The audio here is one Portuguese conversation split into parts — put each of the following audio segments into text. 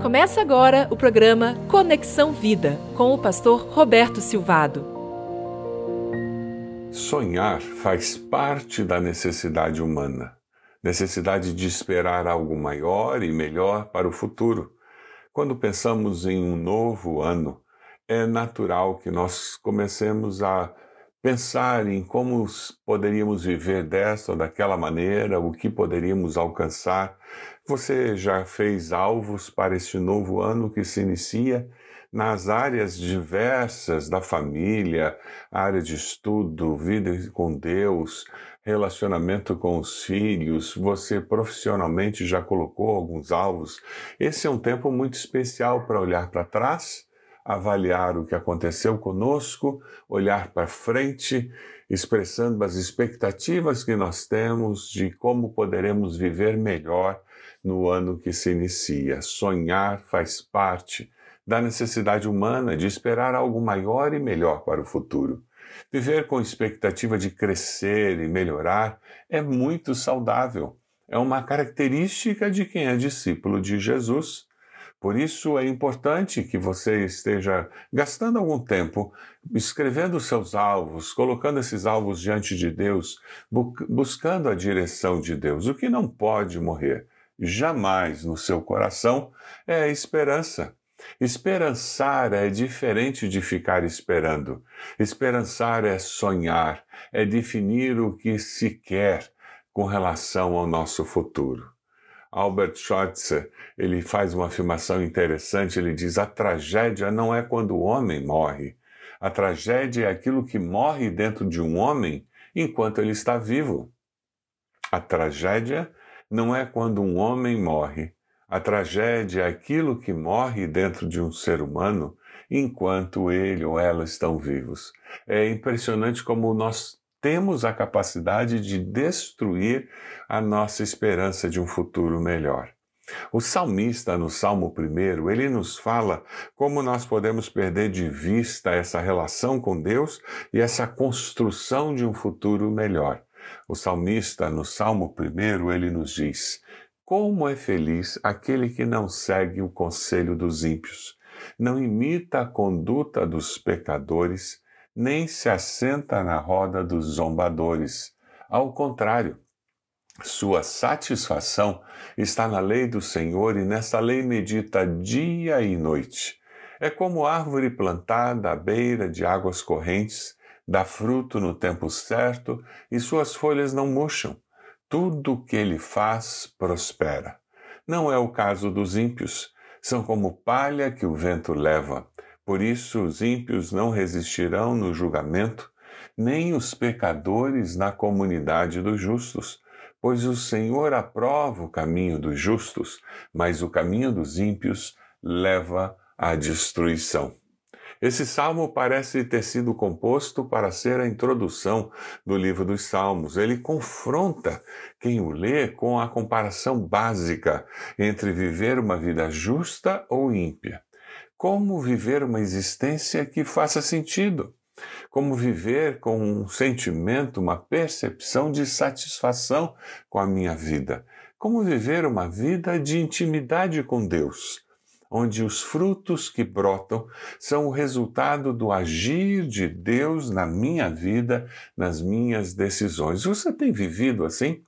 Começa agora o programa Conexão Vida, com o pastor Roberto Silvado. Sonhar faz parte da necessidade humana, necessidade de esperar algo maior e melhor para o futuro. Quando pensamos em um novo ano, é natural que nós comecemos a pensar em como poderíamos viver desta ou daquela maneira, o que poderíamos alcançar. Você já fez alvos para este novo ano que se inicia nas áreas diversas da família, área de estudo, vida com Deus, relacionamento com os filhos? Você profissionalmente já colocou alguns alvos? Esse é um tempo muito especial para olhar para trás, avaliar o que aconteceu conosco, olhar para frente, expressando as expectativas que nós temos de como poderemos viver melhor no ano que se inicia. Sonhar faz parte da necessidade humana de esperar algo maior e melhor para o futuro. Viver com expectativa de crescer e melhorar é muito saudável. É uma característica de quem é discípulo de Jesus. Por isso é importante que você esteja gastando algum tempo escrevendo seus alvos, colocando esses alvos diante de Deus, buscando a direção de Deus. O que não pode morrer jamais no seu coração é a esperança. Esperançar é diferente de ficar esperando. Esperançar é sonhar, é definir o que se quer com relação ao nosso futuro. Albert Schweitzer, ele faz uma afirmação interessante, ele diz: a tragédia não é quando o homem morre. A tragédia é aquilo que morre dentro de um homem enquanto ele está vivo. A tragédia não é quando um homem morre. A tragédia é aquilo que morre dentro de um ser humano enquanto ele ou ela estão vivos. É impressionante como nós temos a capacidade de destruir a nossa esperança de um futuro melhor. O salmista, no Salmo 1, ele nos fala como nós podemos perder de vista essa relação com Deus e essa construção de um futuro melhor. O salmista, no Salmo 1, ele nos diz: como é feliz aquele que não segue o conselho dos ímpios, não imita a conduta dos pecadores, nem se assenta na roda dos zombadores. Ao contrário, sua satisfação está na lei do Senhor e nessa lei medita dia e noite. É como árvore plantada à beira de águas correntes, dá fruto no tempo certo e suas folhas não murcham. Tudo o que ele faz prospera. Não é o caso dos ímpios. São como palha que o vento leva. Por isso os ímpios não resistirão no julgamento, nem os pecadores na comunidade dos justos. Pois o Senhor aprova o caminho dos justos, mas o caminho dos ímpios leva à destruição. Esse salmo parece ter sido composto para ser a introdução do livro dos Salmos. Ele confronta quem o lê com a comparação básica entre viver uma vida justa ou ímpia. Como viver uma existência que faça sentido? Como viver com um sentimento, uma percepção de satisfação com a minha vida? Como viver uma vida de intimidade com Deus, onde os frutos que brotam são o resultado do agir de Deus na minha vida, nas minhas decisões? Você tem vivido assim?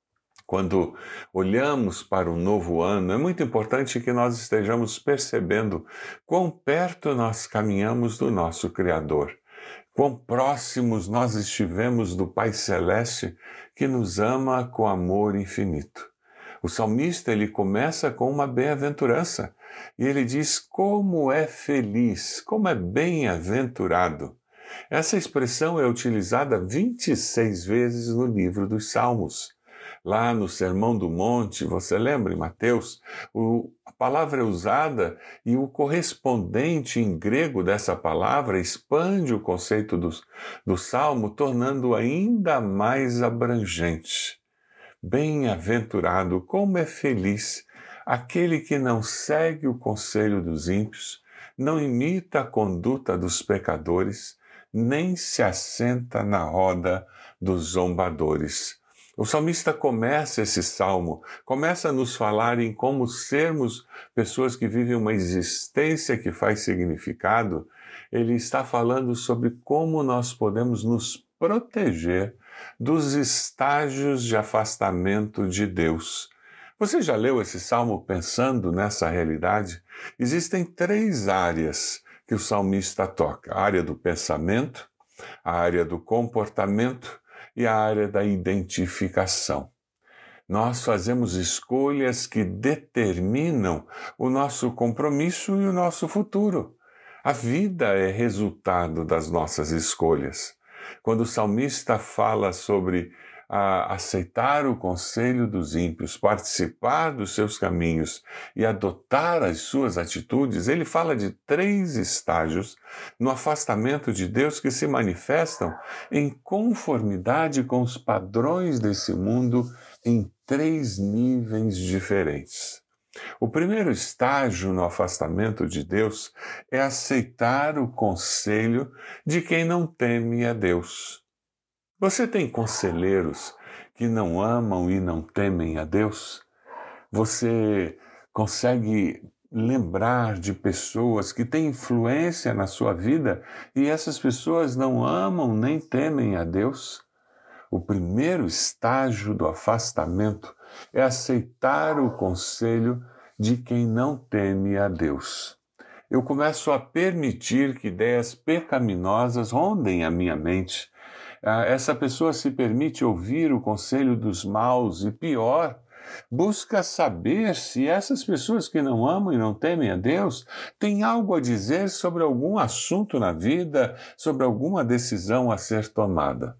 Quando olhamos para o novo ano, é muito importante que nós estejamos percebendo quão perto nós caminhamos do nosso Criador, quão próximos nós estivemos do Pai Celeste que nos ama com amor infinito. O salmista, ele começa com uma bem-aventurança e ele diz como é feliz, como é bem-aventurado. Essa expressão é utilizada 26 vezes no livro dos Salmos. Lá no Sermão do Monte, você lembra em Mateus, a palavra é usada e o correspondente em grego dessa palavra expande o conceito do Salmo, tornando-o ainda mais abrangente. Bem-aventurado, como é feliz aquele que não segue o conselho dos ímpios, não imita a conduta dos pecadores, nem se assenta na roda dos zombadores. O salmista começa esse salmo, começa a nos falar em como sermos pessoas que vivem uma existência que faz significado. Ele está falando sobre como nós podemos nos proteger dos estágios de afastamento de Deus. Você já leu esse salmo pensando nessa realidade? Existem 3 áreas que o salmista toca: a área do pensamento, a área do comportamento e a área da identificação. Nós fazemos escolhas que determinam o nosso compromisso e o nosso futuro. A vida é resultado das nossas escolhas. Quando o salmista fala sobre aceitar o conselho dos ímpios, participar dos seus caminhos e adotar as suas atitudes, ele fala de 3 estágios no afastamento de Deus que se manifestam em conformidade com os padrões desse mundo em 3 níveis diferentes. O primeiro estágio no afastamento de Deus é aceitar o conselho de quem não teme a Deus. Você tem conselheiros que não amam e não temem a Deus? Você consegue lembrar de pessoas que têm influência na sua vida e essas pessoas não amam nem temem a Deus? O primeiro estágio do afastamento é aceitar o conselho de quem não teme a Deus. Eu começo a permitir que ideias pecaminosas rondem a minha mente. Essa pessoa se permite ouvir o conselho dos maus e, pior, busca saber se essas pessoas que não amam e não temem a Deus têm algo a dizer sobre algum assunto na vida, sobre alguma decisão a ser tomada.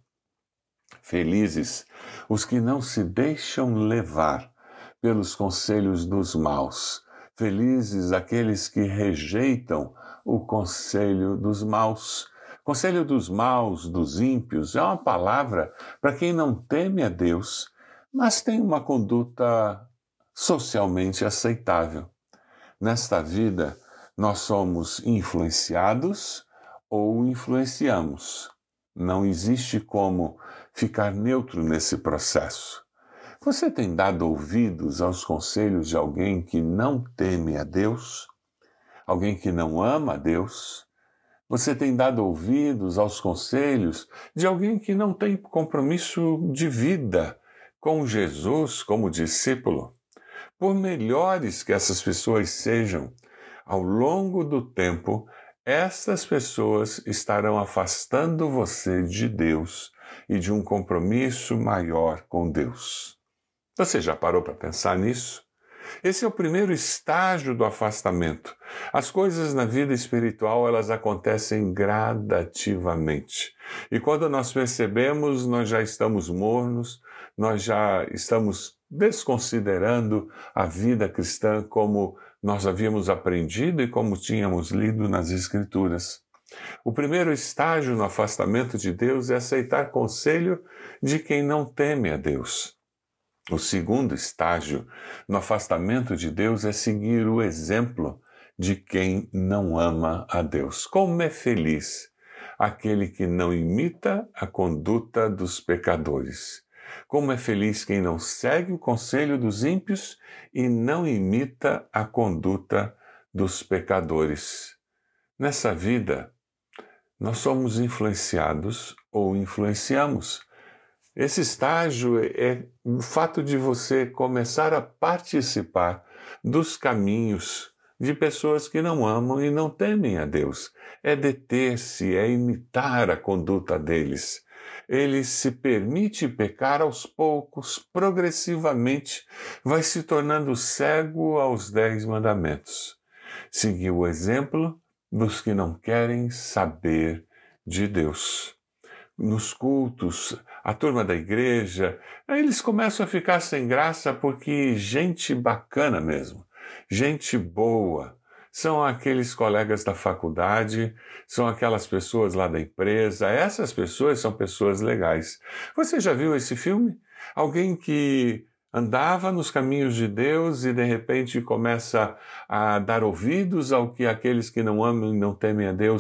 Felizes os que não se deixam levar pelos conselhos dos maus. Felizes aqueles que rejeitam o conselho dos maus. Conselho dos maus, dos ímpios, é uma palavra para quem não teme a Deus, mas tem uma conduta socialmente aceitável. Nesta vida, nós somos influenciados ou influenciamos. Não existe como ficar neutro nesse processo. Você tem dado ouvidos aos conselhos de alguém que não teme a Deus? Alguém que não ama a Deus? Você tem dado ouvidos aos conselhos de alguém que não tem compromisso de vida com Jesus como discípulo? Por melhores que essas pessoas sejam, ao longo do tempo, essas pessoas estarão afastando você de Deus e de um compromisso maior com Deus. Você já parou para pensar nisso? Esse é o primeiro estágio do afastamento. As coisas na vida espiritual, elas acontecem gradativamente. E quando nós percebemos, nós já estamos mornos, nós já estamos desconsiderando a vida cristã como nós havíamos aprendido e como tínhamos lido nas Escrituras. O primeiro estágio no afastamento de Deus é aceitar conselho de quem não teme a Deus. O segundo estágio no afastamento de Deus é seguir o exemplo de quem não ama a Deus. Como é feliz aquele que não imita a conduta dos pecadores. Como é feliz quem não segue o conselho dos ímpios e não imita a conduta dos pecadores. Nessa vida, nós somos influenciados ou influenciamos. Esse estágio é o fato de você começar a participar dos caminhos de pessoas que não amam e não temem a Deus. É deter-se, é imitar a conduta deles. Ele se permite pecar aos poucos, progressivamente, vai se tornando cego aos 10 mandamentos. Seguir o exemplo dos que não querem saber de Deus. Nos cultos, a turma da igreja, eles começam a ficar sem graça porque gente bacana mesmo, gente boa, são aqueles colegas da faculdade, são aquelas pessoas lá da empresa, essas pessoas são pessoas legais. Você já viu esse filme? Alguém que andava nos caminhos de Deus e de repente começa a dar ouvidos ao que aqueles que não amam e não temem a Deus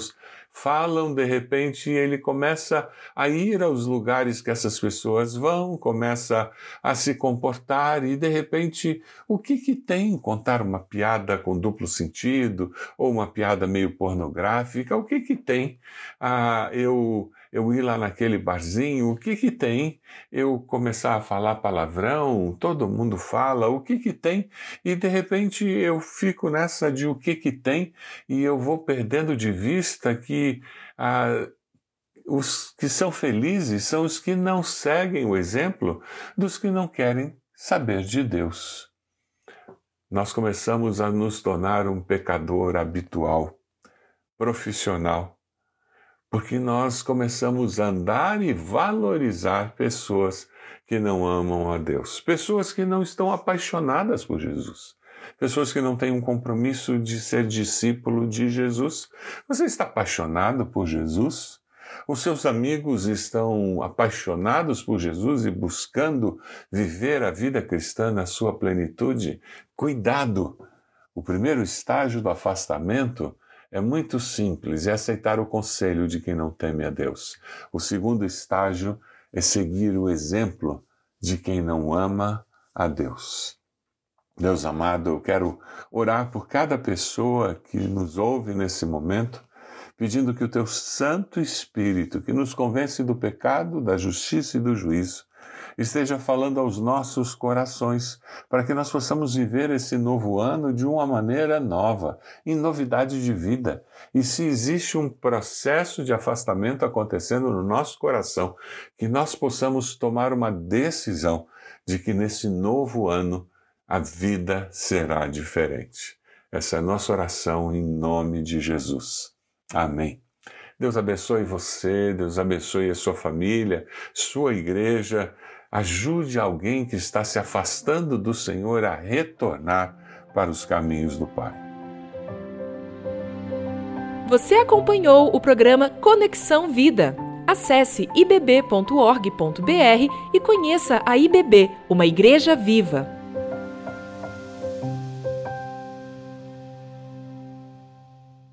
falam, de repente ele começa a ir aos lugares que essas pessoas vão, começa a se comportar e de repente o que tem contar uma piada com duplo sentido ou uma piada meio pornográfica? O que tem eu ir lá naquele barzinho? O que tem eu começar a falar palavrão? Todo mundo fala, o que tem? E de repente eu fico nessa de o que tem e eu vou perdendo de vista que os que são felizes são os que não seguem o exemplo dos que não querem saber de Deus. Nós começamos a nos tornar um pecador habitual, profissional, porque nós começamos a andar e valorizar pessoas que não amam a Deus, pessoas que não estão apaixonadas por Jesus, pessoas que não têm um compromisso de ser discípulo de Jesus. Você está apaixonado por Jesus? Os seus amigos estão apaixonados por Jesus e buscando viver a vida cristã na sua plenitude? Cuidado! O primeiro estágio do afastamento é muito simples, é aceitar o conselho de quem não teme a Deus. O segundo estágio é seguir o exemplo de quem não ama a Deus. Deus amado, eu quero orar por cada pessoa que nos ouve nesse momento, pedindo que o Teu Santo Espírito, que nos convence do pecado, da justiça e do juízo, esteja falando aos nossos corações, para que nós possamos viver esse novo ano de uma maneira nova, em novidade de vida. E se existe um processo de afastamento acontecendo no nosso coração, que nós possamos tomar uma decisão de que nesse novo ano a vida será diferente. Essa é a nossa oração em nome de Jesus. Amém. Deus abençoe você, Deus abençoe a sua família, sua igreja. Ajude alguém que está se afastando do Senhor a retornar para os caminhos do Pai. Você acompanhou o programa Conexão Vida. Acesse ibb.org.br e conheça a IBB, uma igreja viva.